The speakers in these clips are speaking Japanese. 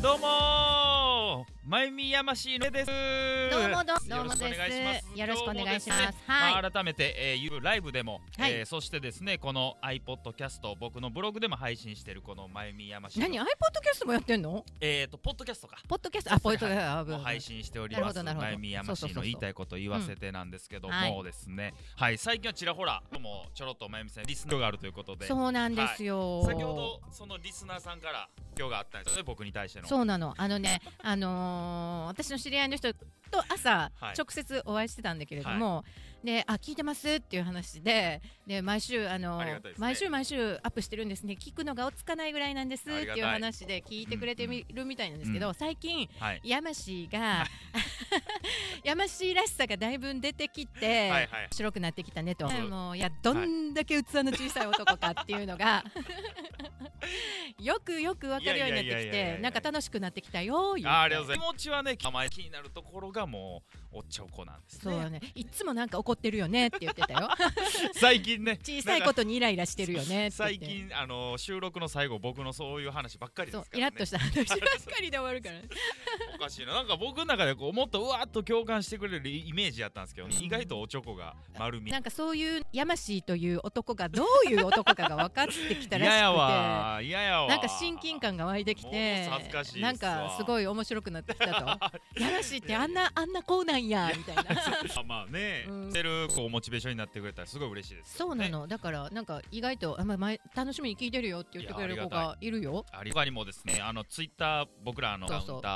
どうもまゆみやましいのです。 どうもですよろしくお願いします。 はい、改めて、ライブでも、 はい、 そしてですねこの iPodcast 僕のブログでも配信しているこのまゆみやましいの何 iPodcast もやってんの？ ポッドキャストかポッドキャストポッドキャストも配信しております。まゆみやましいの言いたいこと言わせてなんですけどもですね、はい、最近はちらほらもうちょろっとまゆみさんリスナーがあるということで、 そうなんですよ、 はい、先ほどそのリスナーさんから今日があったんですよね、僕に対しての。 そうなの、私の知り合いの人と朝、 はい、 直接お会いしてたんだけれども、はい、で聞いてますっていう話で毎週毎週アップしてるんですね、聞くのが追っつかないぐらいなんですっていう話で聞いてくれてるみたいなんですけど、最近、はい、ヤマシーがヤマシーらしさがだいぶ出てきて、はいはい、白くなってきたねと、もうどんだけ器の小さい男かっていうのがよく分かるようになってきて、なんか楽しくなってきたよ。 ありがとうございます。気持ちはね、気になるところがもうおっちょこなんですね。 そうね、いつもなんか怒ってるよねって言ってたよ最近ね、 小さいことにイライラしてるよねって最近収録の最後僕のそういう話ばっかりですからね。 イラッとした話ばっかりで終わるからおかしいな、なんか僕の中でこうもっとうわーっと共感してくれるイメージやったんですけど、意外とおちょこが丸み、 なんかそういうヤマシーという男がどういう男かが分かってきたらしくて嫌やわなんか親近感が湧いてきて、なんかすごい面白くなってきたとヤマシーってあんな子なんやみたいなまあね、してるこうモチベーションになってくれたらすごい嬉しいです、ね、 そうなの、だからなんか意外と楽しみに聞いてるよって言ってくれる子がいるよ。 他にもですね、ツイッター僕らアカ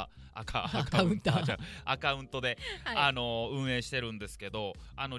ウントで、はい、運営してるんですけど、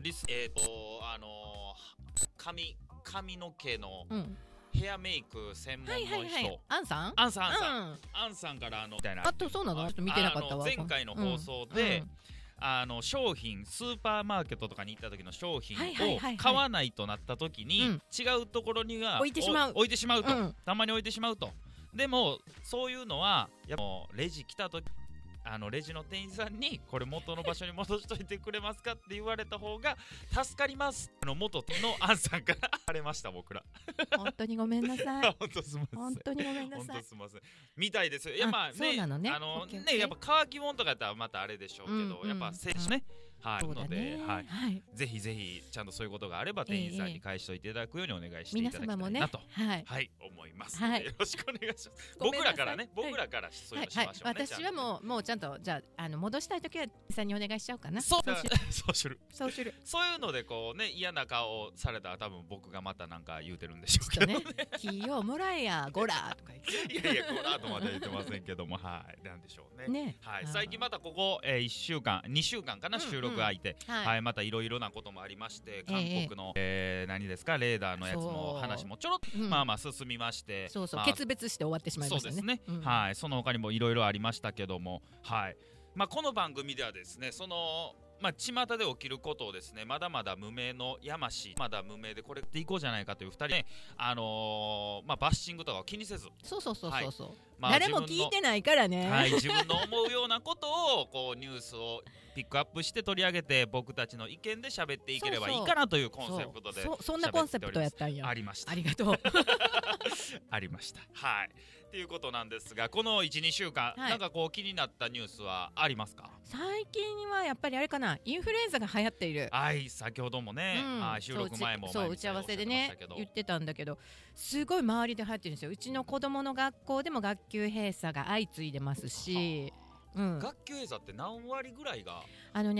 髪の毛の、ヘアメイク専門の人、アンさんからみたいな、 そうなの、ちょっと見てなかったわ。 前回の放送で、商品スーパーマーケットとかに行った時の商品を買わないとなった時に、違うところには置いてしまうと、たまに置いてしまうと。でもそういうのはやっぱレジ来た時レジの店員さんにこれ元の場所に戻しといてくれますかって言われた方が助かります。元のアンさんから晴れました、僕ら。 本当にごめんなさい本当すみません、 本当にごめんなさい、 本当すみませんみたいですよ。いやまあね、 そうなのね、 やっぱ乾き物とかやったらまたあれでしょうけど、やっぱ選手ね、はい、ので、はい、ぜひぜひちゃんとそういうことがあれば店員さんに返しておいていただくようにお願いしていただきたいなと、はい思います。よろしくお願いします。僕らからそういうのしましょうね。 私はもうちゃんとじゃあ戻したいときはさんにお願いしちゃおうかな。 そうする。 そういうのでこうね、嫌な顔されたら多分僕がまたなんか言うてるんでしょうけどね。 気をもらえやゴラとか言って。 いやゴラとまで言ってませんけども、はいなんでしょうね。はい、最近またここ1週間2週間かな、収録空いて、はいまたいろいろなこともありまして、韓国の何ですかレーダーのやつも話もちょろっとまあ進みまして、 決別して終わってしまいましたね。 そうですね。はい、その他にもいろいろありましたけども、はい。この番組ではですね、巷で起きることをですね、まだまだ無名のヤマシー、まだ無名でこれでいこうじゃないかという2人ね、バッシングとかを気にせず、 誰も聞いてないからね、 はい、自分の思うようなことをこうニュースをピックアップして取り上げて、僕たちの意見で喋っていければいいかなというコンセプトで、 そんなコンセプトやったんや。 ありました。 ありがとうありました。はいっていうことなんですが、この 1,2 週間、なんかこう気になったニュースはありますか？ 最近はやっぱりあれかな、インフルエンザが流行っている。 はい、先ほどもね、収録前も打ち合わせでね言ってたんだけど、すごい周りで流行ってるんですよ。うちの子供の学校でも学級閉鎖が相次いでますし、 学級閉鎖って何割ぐらいが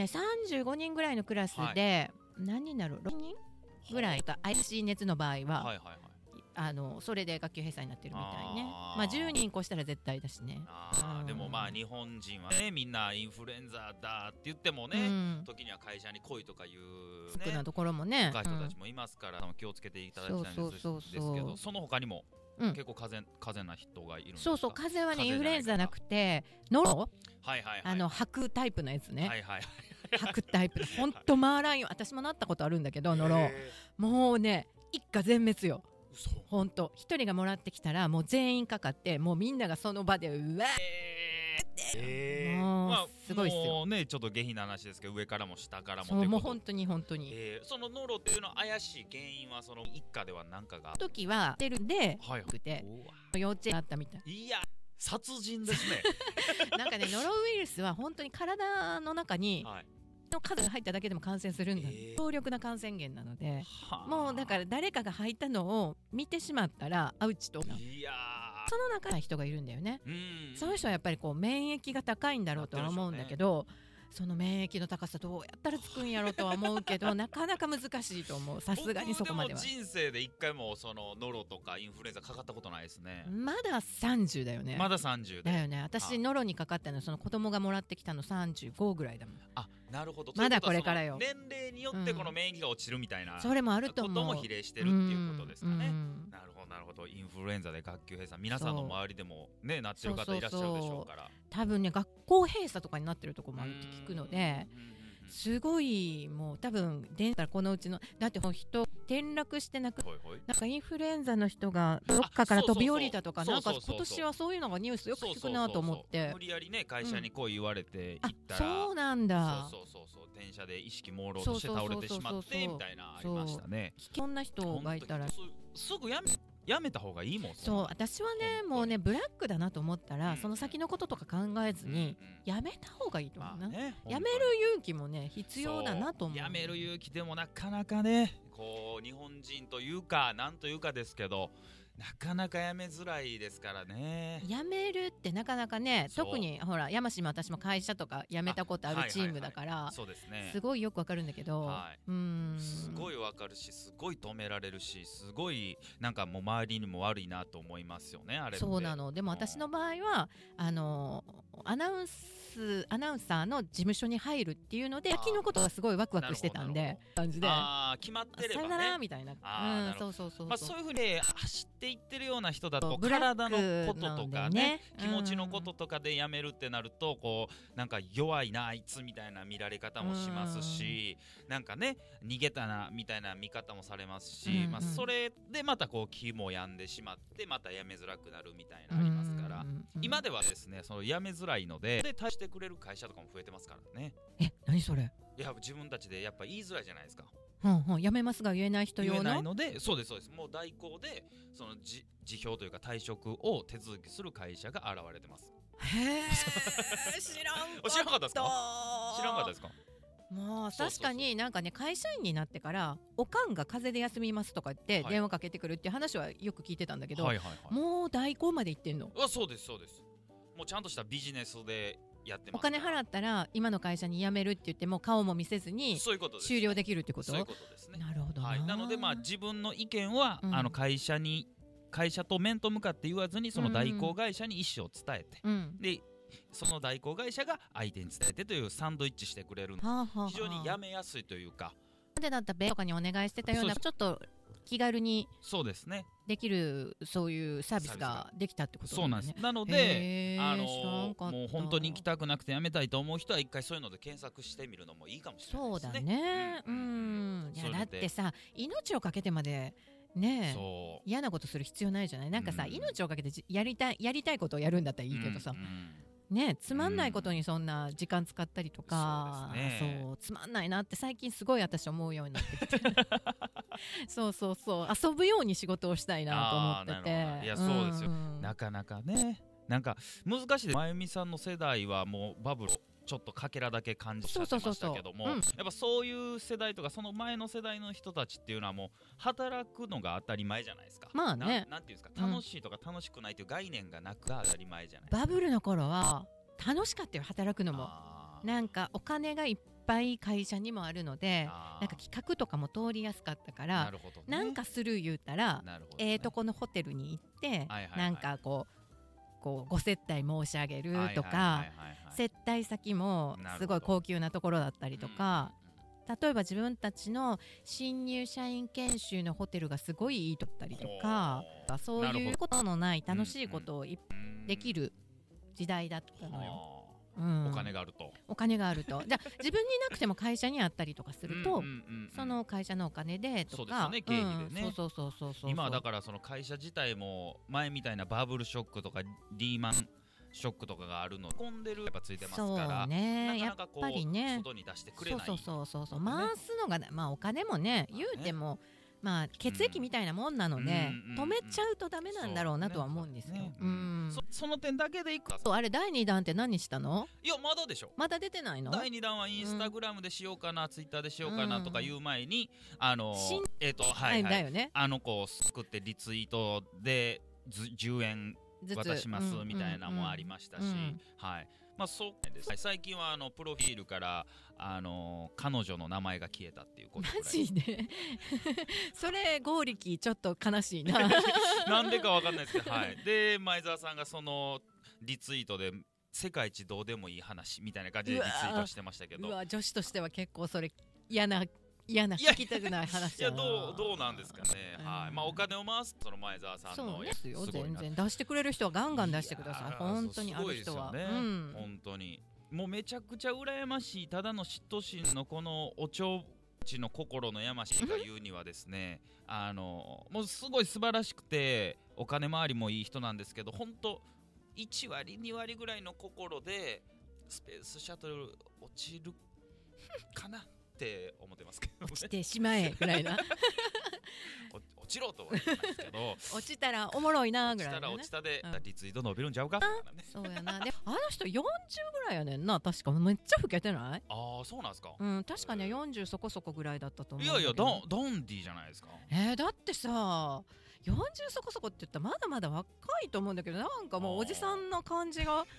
35人ぐらいのクラスで、何人なる6人ぐらいが怪しい熱の場合は、それで学級閉鎖になってるみたいね。10人越したら絶対だしね。 でも日本人はね、みんなインフルエンザだって言ってもね、時には会社に来いとかいう少なところもね、 若い人たちもいますから、気をつけていただきたいんですけど、その他にも結構風邪な人がいるんですか？ そう風邪はね、インフルエンザなくてノロ、吐くタイプのやつね。吐くタイプでほんと回らんよ。私もなったことあるんだけど、ノロもうね一家全滅よ。ほんと一人がもらってきたらもう全員かかって、もうみんながその場でうわもうすごいっすよ。 もうね、ちょっと下品な話ですけど、上からも下からももう本当にそのノロっていうのは怪しい原因はその一家では何かが時は出るんで、幼稚園だったみたい。 いや殺人ですねなんかねノロウイルスは本当に体の中に、の数が入っただけでも感染するんだ、強力な感染源なので、もうだから誰かが入ったのを見てしまったらアウチと、いやその中に人がいるんだよね。そういう人はやっぱりこう免疫が高いんだろうとは思うんだけど、その免疫の高さどうやったらつくんやろうとは思うけどなかなか難しいと思う。さすがにそこまでは。 僕でも人生で一回もそのノロとかインフルエンザかかったことないですね。 まだ30だよね。 まだ30 だよね。私ノロにかかったのその子供がもらってきたの35ぐらいだもん。 あ、なるほど。 まだこれからよ。 年齢によってこの免疫が落ちるみたいな、 それもあると思う。 ことも比例してるっていうことですかね。なるほどなるほど。インフルエンザで学級閉鎖、皆さんの周りでもねなってる方いらっしゃるでしょうから。 多分ね学校閉鎖とかになってるところもあるって聞くので、すごいもう多分このうちのだって人転落してなんかインフルエンザの人がどっかから飛び降りたとか、なんか今年はそういうのがニュースよく聞くなと思って、 無理やりね会社にこう言われて行ったら、 そうなんだ、 そう電車で意識朦朧として倒れてしまってみたいなありましたね。 そんな人がいたらすぐやめた方がいいもん。 そう私はねもうねブラックだなと思ったら、その先のこととか考えずにやめた方がいいと思うな。やめる勇気もね必要だなと思う。 やめる勇気でもなかなかねこう日本人というかなんというかですけどなかなかやめづらいですからね。 やめるってなかなかね、特にほら山島私も会社とか辞めたことあるチームだから、 そうですね、 すごいよくわかるんだけど、 すごいわかるしすごい止められるしすごいなんかもう周りにも悪いなと思いますよねあれって。 そうなの。でも私の場合はアナウンサーの事務所に入るっていうので先のことがすごいワクワクしてたんで感じで、 決まってればねさよならみたいな、そうそういうふうに走っていってるような人だと体のこととかね気持ちのこととかでやめるってなるとこうなんか弱いなあいつみたいな見られ方もしますし、なんかね逃げたなみたいな見方もされますし、それでまたこう気も病んでしまってまたやめづらくなるみたいなありますから、今ではですねそのやめづらいので対してくれる会社とかも増えてますからね。 何それ。 いや自分たちでやっぱ言いづらいじゃないですか。 やめますが言えない人用の。 言えないので、そうですもう代行でその辞表というか退職を手続きする会社が現れてます。 へー知らんかったですか。知らんかったですか。 もう確かになんかね会社員になってからおかんが風邪で休みますとか言って電話かけてくるっていう話はよく聞いてたんだけど、もう代行まで行ってんの。 そうですもうちゃんとしたビジネスでやってます。 お金払ったら今の会社に辞めるって言っても顔も見せずに終了できるってこと。 そういうことですね。 なるほどなので自分の意見は、会社と面と向かって言わずにその代行会社に意思を伝えて、でその代行会社が相手に伝えてというサンドイッチしてくれる非常にやめやすいというか。 でだったらベとかにお願いしてたようなちょっと気軽にできるそういうサービスができたってことだよね。 そうなんです。なのでもう本当に行きたくなくてやめたいと思う人は一回そういうので検索してみるのもいいかもしれないですね。 そうだね。いやだってさ命をかけてまでね嫌なことする必要ないじゃない。なんかさ命をかけてやりたいことをやるんだったらいいけどさ、つまんないことにそんな時間使ったりとか、そうつまんないなって最近すごい私思うようになってきてそう遊ぶように仕事をしたいなと思ってて。 いやそうですよ、なかなかねなんか難しいです。まゆみさんの世代はもうバブルちょっとかけらだけ感じちゃってましたけども、やっぱそういう世代とかその前の世代の人たちっていうのはもう働くのが当たり前じゃないですか。 まあね、 なんていうんですか、楽しいとか楽しくないという概念がなく当たり前じゃないですか。バブルの頃は楽しかったよ働くのも。なんかお金がいっぱい会社にもあるのでなんか企画とかも通りやすかったから、なんかする言うたらとこのホテルに行ってなんかこうご接待申し上げるとか、接待先もすごい高級なところだったりとか、例えば自分たちの新入社員研修のホテルがすごいいいとったりとか、そういうことのない楽しいことをできる時代だったのよ。 お金があるとじゃあ自分になくても会社にあったりとかするとその会社のお金でとか、 そうですね経費でね。 そう今はだからその会社自体も前みたいなバブルショックとかリーマンショックとかがあるの込んでるやっぱついてますから、なかなかこう外に出してくれない。 そう回すのがお金もね言うてもまあ血液みたいなもんなので、止めちゃうとダメなんだろうなとは思うんですよ。 その点だけでいくか。 あれ第2弾って何したの？ いやまだでしょ。 まだ出てないの？ 第2弾はインスタグラムでしようかな、ツイッターでしようかなとかいう前にはいだよね。こう作ってリツイートで10円渡しますみたいなのもありましたし、はい。まあそうです。最近はプロフィールから彼女の名前が消えたっていうことぐらい。 マジでそれ剛力ちょっと悲しいななんでかわかんないですけど、はい。で前澤さんがそのリツイートで世界一どうでもいい話みたいな感じでリツイートしてましたけど、 女子としては結構それ嫌な聞きたくない話だな。 いやどうなんですかね。はい。まあお金を回すその前澤さんのそうですよ。全然出してくれる人はガンガン出してください。本当にある人は。 本当にもうめちゃくちゃ羨ましい、ただの嫉妬心のこのおちょちの心のやましいが言うにはですねもうすごい素晴らしくてお金回りもいい人なんですけど、本当1割2割ぐらいの心でスペースシャトル落ちるかなって思ってますけど、ね、 落ちてしまえぐらいな落ちろとは言わないですけど落ちたらおもろいなぐらい、ね、 落ちたで、リツイート伸びるんちゃうか、 そうやな。であの人40ぐらいやねんな、確か。めっちゃ老けてない？ ああそうなんですか。 確かね40そこそこぐらいだったと思う。 いやいやダンディじゃないですか。 だってさ40そこそこって言ったらまだまだ若いと思うんだけど、なんかもうおじさんの感じが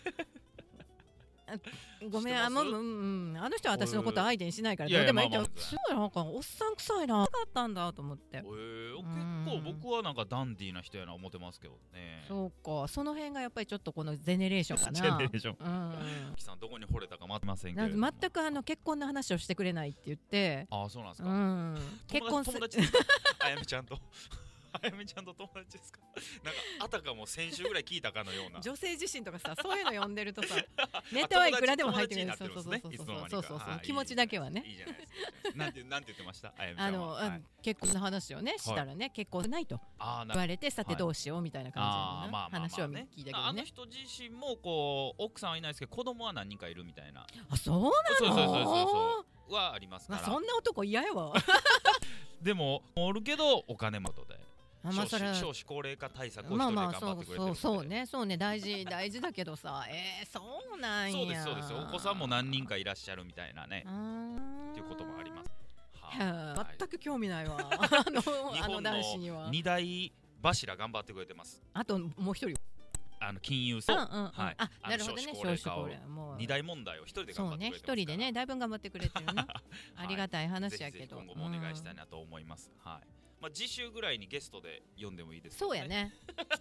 ごめん、あの人は私のこと相手にしないからどうでもいいけど、すごいなんかおっさん臭いなかったんだと思って。 結構僕はなんかダンディーな人やな思ってますけどね。 そうか、その辺がやっぱりちょっとこのゼネレーションかな。 ゼネレーション。木さんどこに惚れたか待ってませんけど。 全く結婚の話をしてくれないって言って。 ああそうなんですか。 結婚友達ですか。あやめちゃんと。あやめちゃんと友達ですか。なんかあたかも先週ぐらい聞いたかのような。 女性自身とかさ、そういうの読んでるとさ、ネタはいくらでも入ってくる。そう気持ちだけはね。 いいじゃないですか。なんて言ってました。あやめちゃんは。 結婚の話をねしたらね、結婚ないと言われて、さてどうしようみたいな感じの話を聞いたけどね。 あの人自身もこう奥さんはいないですけど子供は何人かいるみたいな。 あ、そうなの。 そうはありますから。 そんな男嫌やわ。 でもおるけどお金もとで。少子高齢化対策を一人で頑張ってくれてる。 そうね大事だけどさ、そうなんや。 そうですお子さんも何人かいらっしゃるみたいなねっていうこともあります。 全く興味ないわあの男子には。 2大柱頑張ってくれてます。 あともう一人金融層、 なるほどね、 少子高齢化を2大問題を一人で頑張ってくれてますから。そうね、 一人でねだいぶ頑張ってくれてるね。ありがたい話やけど、 今後もお願いしたいなと思います。はい。まあ、次週ぐらいにゲストで呼んでもいいですかね。 そうやね。来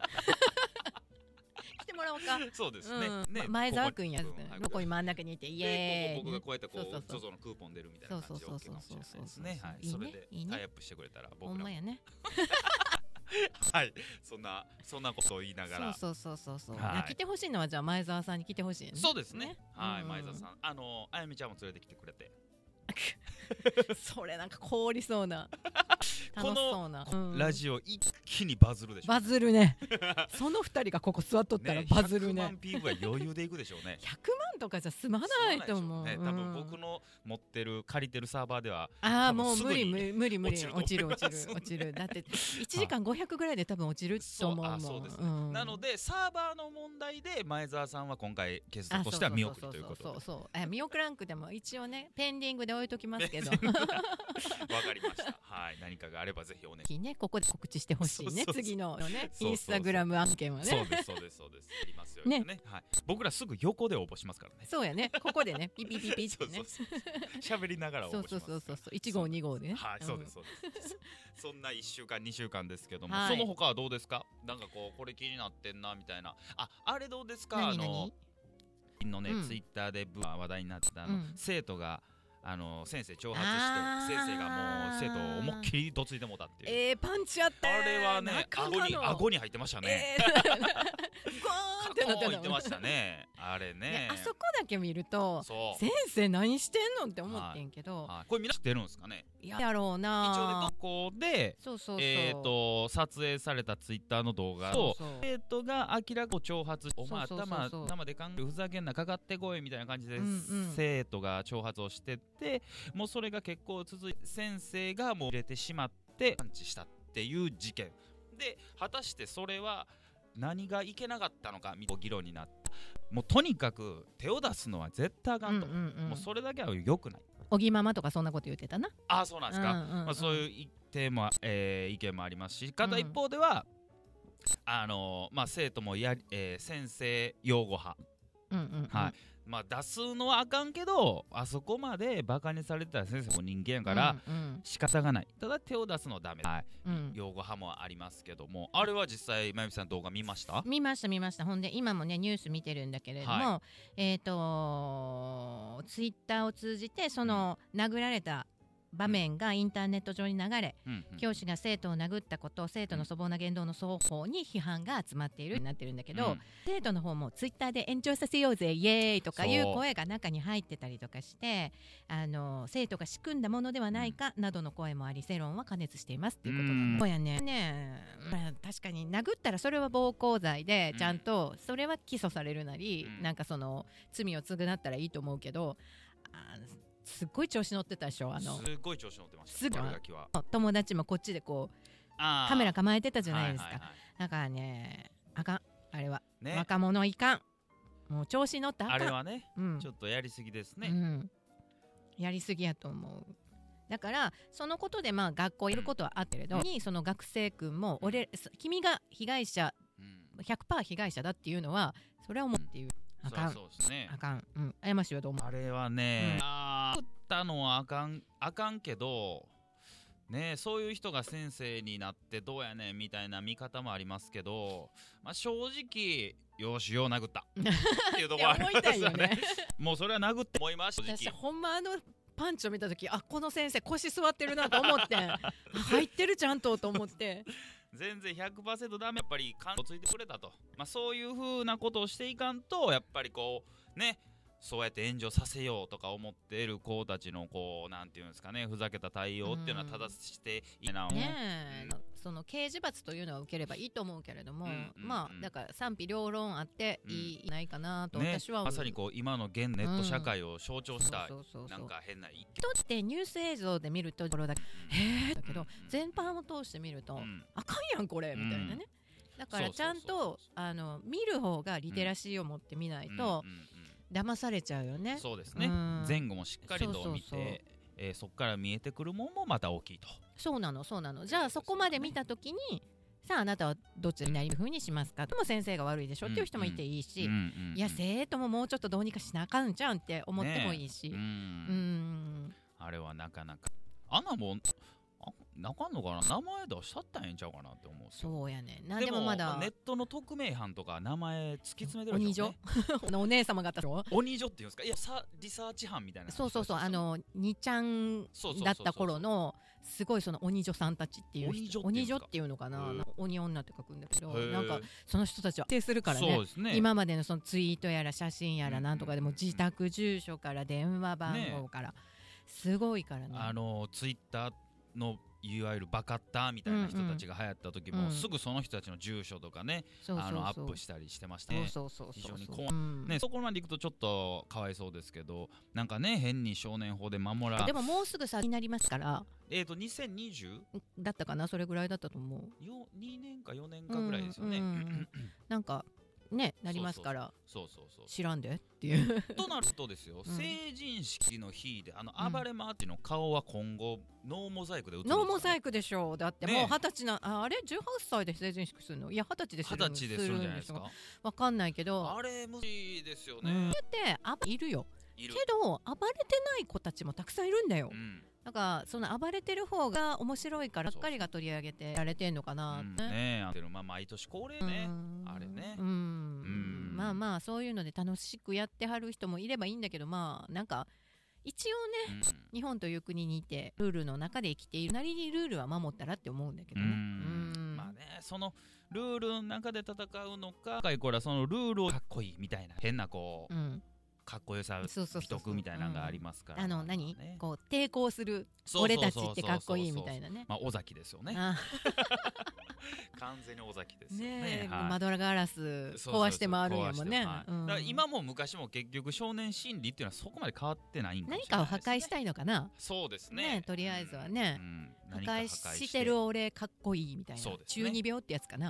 てもらおうか。 そうですね。 前澤君や。ここに真ん中にいてイエーイ。 僕がこうやってこうZOZOのクーポン出るみたいな感じで OK かもしれないですね。はい。それでタイアップしてくれたら僕らも。 ほんまやね。 はい、そんなことを言いながら。 そう。来てほしいのはじゃあ前澤さんに来てほしいね。 そうですね。はい、前澤さん、あやみちゃんも連れてきてくれて。 それなんか凍りそうな楽しそうな、 このラジオ一気にバズるでしょ。 バズるね。その2人がここ座っとったらバズるね。 100万 PV は余裕でいくでしょうね。 100万とかじゃ済まないと思う。 多分僕の持ってる借りてるサーバーではもう無理落ちる。だって1時間500ぐらいで多分落ちると思うもん。 そうです。なのでサーバーの問題で前澤さんは今回ゲストとしては見送りということで。 そう見送らんくても一応ねペンディングで置いときますけど。 わかりました。はい、何かがあればぜひお願いします。 ね、ここで告知してほしいね。次のねインスタグラム案件はね。 そうです。ありますよね。はい。僕らすぐ横で応募しますからね。 そうやね。ここでねピピってね。 喋りながら応募します。 そう1号2号でね。 はい、そうです。そんな1週間2週間ですけども、その他はどうですか。なんかこれ気になってんなみたいな。あれどうですか。のねツイッターで話題になってた生徒が先生挑発して先生がもう生徒を思いっきりどついてもうたっていう。 パンチあってあれはね顎に入ってましたね。ゴーンって言ってましたね。あれね。 あそこだけ見ると先生何してんのって思ってんけど、 これみんな知ってるんですかね。 やろうな。 一応ねここで撮影されたツイッターの動画を生徒が明らかに挑発お前頭で考えるふざけんなかかってこいみたいな感じで生徒が挑発をしてて、もうそれが結構続いて先生がもう入れてしまっってパンチしたっていう事件で、果たしてそれは何がいけなかったのかみたいな議論になった。もうとにかく手を出すのは絶対あかんと、もうそれだけは良くない。 おぎママとかそんなこと言ってたな。 あ、そうなんですか。まあ、そういう意見もありますし、ただ一方では、まあ、生徒も先生擁護派、はい、まあ、出すのはあかんけど、あそこまでバカにされてたら先生も人間やから仕方がない。ただ手を出すのはダメ、はい、擁護派もありますけども、あれは実際まゆみさん動画見ました？ 見ました。ほんで今もねニュース見てるんだけれども、はい、ツイッターを通じてその、殴られた場面がインターネット上に流れ、教師が生徒を殴ったこと、生徒の粗暴な言動の双方に批判が集まっているになってるんだけど、生徒の方もツイッターで延長させようぜイエーイとかいう声が中に入ってたりとかして、生徒が仕組んだものではないかなどの声もあり、世論は過熱していますっていうことなんです。そうやね、確かに殴ったらそれは暴行罪でちゃんとそれは起訴されるなり、なんかその罪を償ったらいいと思うけど、すっごい調子乗ってたでしょ。 すっごい調子乗ってました。 友達もこっちでこうカメラ構えてたじゃないですか。だからね、あかん、あれは、ね、若者いかん、もう調子乗ったらあかん。 あれはね、ちょっとやりすぎですね、 やりすぎやと思う。だからそのことでまあ学校いることはあったけれど、その学生君も君が被害者、100% 被害者だっていうのはそれは思うっていう。あかん、そうですね、あかん、謝ましようと思う。 あれはね、作ったのはあかんけどね、そういう人が先生になってどうやねんみたいな見方もありますけど、まあ、正直よしよう殴ったっていうところありますよね。もうそれは殴って思います。 私ほんまパンチを見た時、この先生腰座ってるなと思って入ってるちゃんと思って全然 100% ダメ、やっぱり感をついてくれたと、まあ、そういう風なことをしていかんと、やっぱりこうね、そうやって援助させようとか思っている子たちのこうなんていうんですかね、ふざけた対応っていうのは正していないね。その刑事罰というのは受ければいいと思うけれども、まあだから賛否両論あっていいないかなと私は思う、 まさにこう今の現ネット社会を象徴したなんか変な一つってニュース映像で見るところだけだけど、全般を通して見ると、あかんやんこれみたいなね。だからちゃんと見る方がリテラシーを持ってみないと騙されちゃうよね。 そうですね、前後もしっかりと見て、そこから見えてくるもんもまた大きいと。 そうなの。じゃあそこまで見たときにさあ、あなたはどっちになるふうにしますかとも先生が悪いでしょっていう人もいていいし、いや生徒ももうちょっとどうにかしなあかんじゃんって思ってもいいし、 あれはなかなかもなかんのかな、名前出しちゃったんやんちゃうかなって思う。 そうやね。 でもまだネットの匿名犯とか名前突き詰めてるでしょ、ね、 お姉様方でしょ。 鬼女っていうんですか。いやリサーチ班みたいな。 そう2ちゃんだった頃のすごいその鬼女さんたちっていう鬼女っていうのかな、鬼女って書くんだけど、なんかその人たちは否定するから ね、今までのそのツイートやら写真やらなんとかでも自宅住所から電話番号から、すごいからね。 ツイッターのいわゆるバカッターみたいな人たちが流行った時も、すぐその人たちの住所とかね、アップしたりしてましたね。非常に怖いね。そこまでいくとちょっとかわいそうですけど、なんかね、変に少年法で守らでももうすぐ先になりますから。 2020 だったかな、それぐらいだったと思う。 2年か4年かぐらいですよね。 なんかね、なりますから。知らんでっていう。 となるとですよ、成人式の日で暴れ回っての顔は今後ノーモザイクで映るんですかね。 ノーモザイクでしょう。だってもう20歳な、あれ18歳で成人式するの？いや20歳でするんじゃないですか。わかんないけど。 あれ無理ですよね。 っているよ。けど暴れてない子たちもたくさんいるんだよ。なんかその暴れてる方が面白いからばっかりが取り上げてられてんのかなってね。まあ毎年恒例ね、あれね。 まあまあそういうので楽しくやってはる人もいればいいんだけど、まあなんか一応ね、日本という国にいてルールの中で生きているなりにルールは守ったらって思うんだけどね。 まあね、そのルールの中で戦うのか、若い子らそのルールをかっこいいみたいな変なこう。かっこよさ美徳みたいなのがありますから、 何こう抵抗する俺たちってかっこいいみたいなね。 まあ尾崎ですよね。 完全に尾崎ですよね。 窓ガラス壊して回るんやもんね。だから今も昔も結局少年心理っていうのはそこまで変わってないんかもしれないですね。 何かを破壊したいのかな。 そうですね。 とりあえずはね。破壊してる俺かっこいいみたいな。中二病ってやつかな。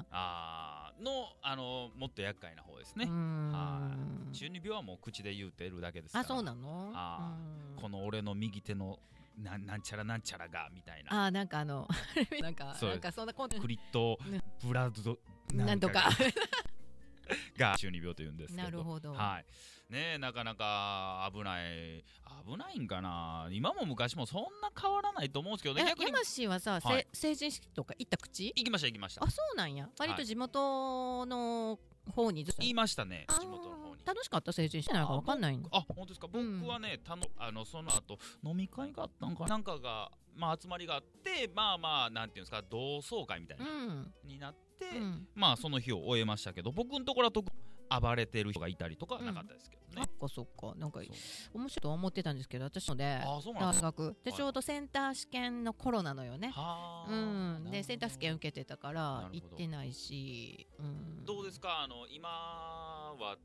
もっと厄介な方ですね。中二病はもう口で言うてるだけですから。 そうなの。 この俺の右手のなんちゃらなんちゃらがみたいな。 なんかなんかそんなコンテンツクリットブラッドなんとかが中二病というんですけど。 なるほど。 ね、なかなか危ないんかな。今も昔もそんな変わらないと思うんですけどね。 山氏はさ、成人式とか行った口？ 行きました。 そうなんや。割と地元の方に言いましたね。地元の方に。 楽しかった成人式なんかわかんないの。 本当ですか。僕はね、その後飲み会があったんかなんかが集まりがあって、なんていうんですか、同窓会みたいなになって、その日を終えましたけど、僕のところは暴れてる人がいたりとかなかったですけどね。 そっかなんか面白いと思ってたんですけど、私ので大学でちょうどセンター試験の頃なのよね。でセンター試験受けてたから行ってないし。 どうですか、今は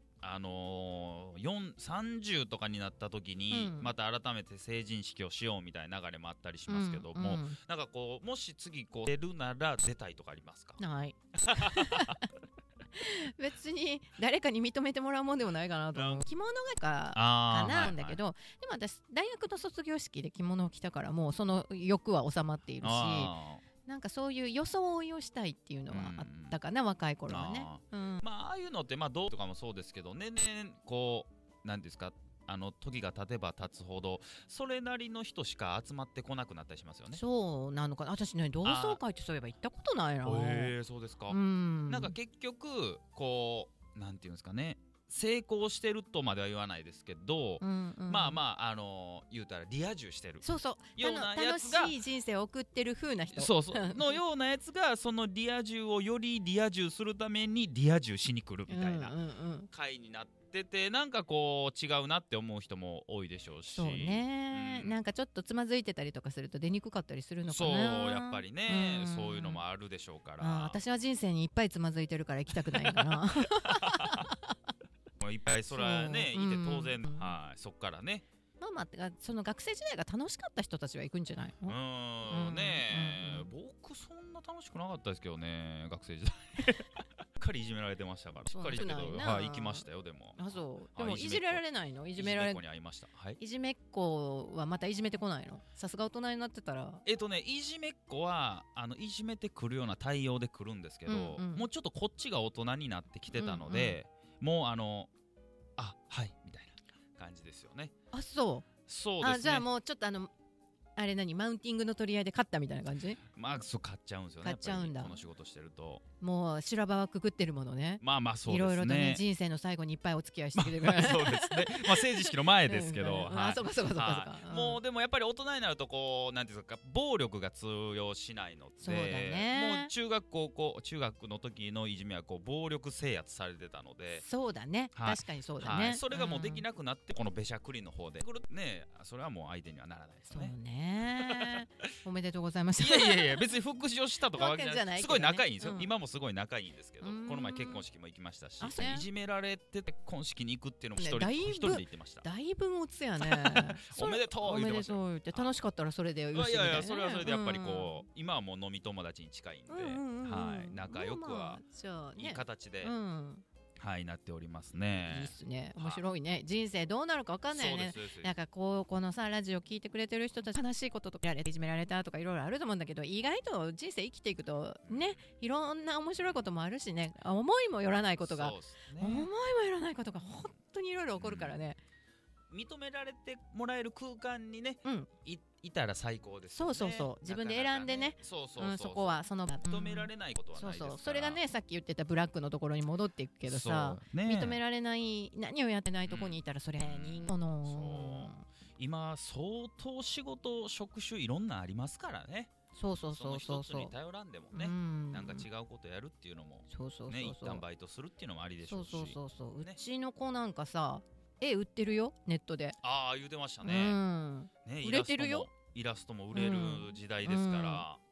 30とかになった時にまた改めて成人式をしようみたいな流れもあったりしますけども、なんかもし次出るなら出たいとかありますか？ ない別に誰かに認めてもらうもんでもないかなと思う。着物がかなんだけど、でも私大学の卒業式で着物を着たからもうその欲は収まっているし、なんかそういう装いをしたいっていうのはあったかな、若い頃はね。 ああいうのってどうとかもそうですけど、年々なんですか、時が経てば経つほどそれなりの人しか集まってこなくなったりしますよね。 そうなのかな。私ね、同窓会ってそういえば行ったことないな。 そうですか。なんか結局なんていうんですかね、成功してるとまでは言わないですけど、言うたらリア充してるようなやつが、 楽しい人生を送ってる風な人のようなやつが、そのリア充をよりリア充するためにリア充しに来るみたいな会になってて、なんか違うなって思う人も多いでしょうし。 そうね、なんかちょっとつまずいてたりとかすると出にくかったりするのかな。 やっぱりね、そういうのもあるでしょうから。 私は人生にいっぱいつまずいてるから行きたくないんかな。 いっぱいそらねいて当然、そっからね、 その学生時代が楽しかった人たちは行くんじゃないの？ 僕そんな楽しくなかったですけどね、学生時代。しっかりいじめられてましたから。しっかりけど行きましたよ。でもでもいじめられないの？いじめられっ子に会いました。 いじめっ子はまたいじめてこないの？さすが大人になってたら。 いじめっ子はいじめてくるような対応で来るんですけど、もうちょっとこっちが大人になってきてたので、もうはいみたいな感じですよね。 そうですね。じゃあもうちょっとあれマウンティングの取り合いで勝ったみたいな感じ？ そう買っちゃうんですよね。 買っちゃうんだ。 この仕事してるともう修羅場はくくってるものね。 そうですね。 いろいろとね、人生の最後にいっぱいお付き合いしてくれるから。 そうですね。成人式の前ですけど。 そうか。 もうでもやっぱり大人になるとなんていうんですか、暴力が通用しないので、 そうだね。 もう中学の時のいじめは暴力制圧されてたので。 そうだね。確かにそうだね。 それがもうできなくなって、このべしゃくりの方でね、それはもう相手にはならないですね。 そうね。おめでとうございます。 いや別に復讐をしたとかわけじゃない。すごい仲いいんですよ。今もすごい仲いいんですけど、この前結婚式も行きましたし、いじめられて結婚式に行くっていうのも一人で行ってました。 だいぶ持つやね。 おめでとう言ってました。 おめでとう言って楽しかったらそれでよし。 いやそれはそれでやっぱり今はもう飲み友達に近いんで、仲良くはいい形で。なっておりますね。 いいっすね。面白いね。人生どうなるか分かんないよね。なんかこのさ、ラジオ聞いてくれてる人たち、悲しいこととかいじめられたとかいろいろあると思うんだけど、意外と人生生きていくとね、いろんな面白いこともあるしね、思いもよらないことが、思いもよらないことが本当にいろいろ起こるからね。 認められてもらえる空間にね、いたら最高ですよね。 そう自分で選んでね。そこは認められないことはないですから。 それがね、さっき言ってたブラックのところに戻っていくけどさ、認められない何をやってないとこにいたらそれ今相当仕事職種いろんなありますからね。 そう一つに頼らんでもね、なんか違うことやるっていうのもね、一旦バイトするっていうのもありでしょうし。 うちの子なんかさ、絵売ってるよ、ネットで。 言うてましたね。 売れてるよ。 イラストも売れる時代ですから。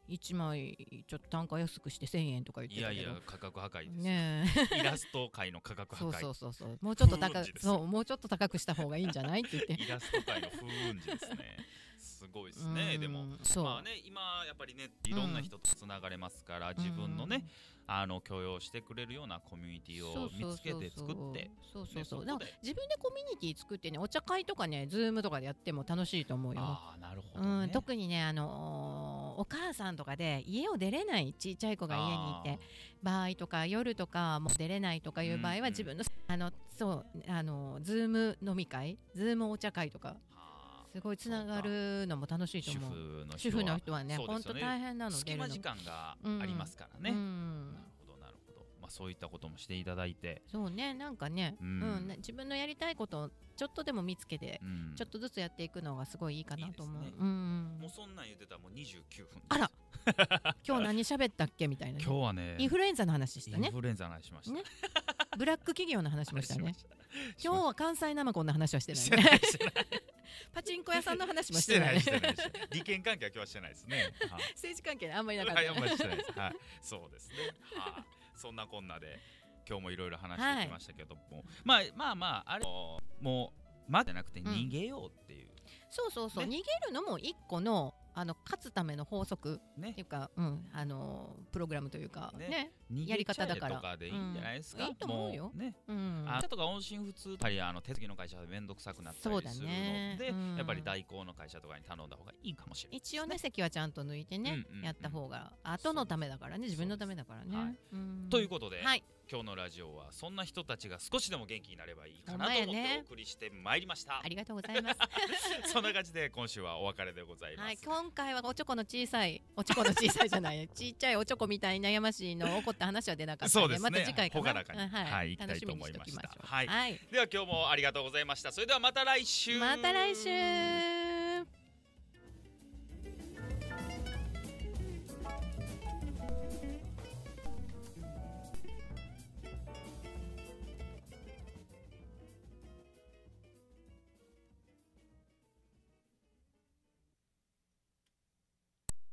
1枚ちょっと単価安くして1000円とか言ってたけど、 いやいや価格破壊ですねイラスト界の価格破壊そうもうちょっともうちょっと高くした方がいいんじゃないって言ってイラスト界の風雲児ですねすごいですね。でもまあね今やっぱりねいろんな人とつながれますから、自分のね許容してくれるようなコミュニティを見つけて作って自分でコミュニティ作ってね、お茶会とかね、ズームとかでやっても楽しいと思うよ。 なるほどね。 特にねお母さんとかで家を出れないちっちゃい子が家にいて場合とか、夜とかもう出れないとかいう場合は、自分のズーム飲み会、ズームお茶会とかすごいつながるのも楽しいと思う。主婦の人はね本当大変なので、 隙間時間がありますからね。なるほど。まあそういったこともしていただいて、 そうね、なんかね、自分のやりたいことをちょっとでも見つけて、ちょっとずつやっていくのがすごいいいかなと思う。 もうそんなん言ってたらもう29分。 あら今日何喋ったっけみたいな。 今日はねインフルエンザの話したね。 インフルエンザの話しましたね。 ブラック企業の話もしたね。今日は関西生コンの話はしてないね。パチンコ屋さんの話もしてない。 利権関係は今日はしてないですね。 政治関係あんまりなかった。 あんまりしてないです。そうですね。そんなこんなで今日もいろいろ話してきましたけども、まああれもうじゃなくて逃げようっていう。 そう逃げるのも一個の勝つための法則っていうか、プログラムというかね、やり方だから。 逃げちゃえとかでいいんじゃないですか。 いいと思うよ。 とか音信不通、やっぱり手続きの会社で面倒くさくなったりするので、やっぱり代行の会社とかに頼んだ方がいいかもしれない。 一応ね、席はちゃんと抜いてね、やった方が後のためだからね、自分のためだからね。 ということで、今日のラジオはそんな人たちが少しでも元気になればいいかなと思ってお送りしてまいりました。 ありがとうございます。 そんな感じで今週はお別れでございます。 今回はおちょこの小さいじゃないちっちゃいおちょこみたいな悩ましいの起こった話は出なかったので、また次回かな行きたいと思いました。では今日もありがとうございました。それではまた来週。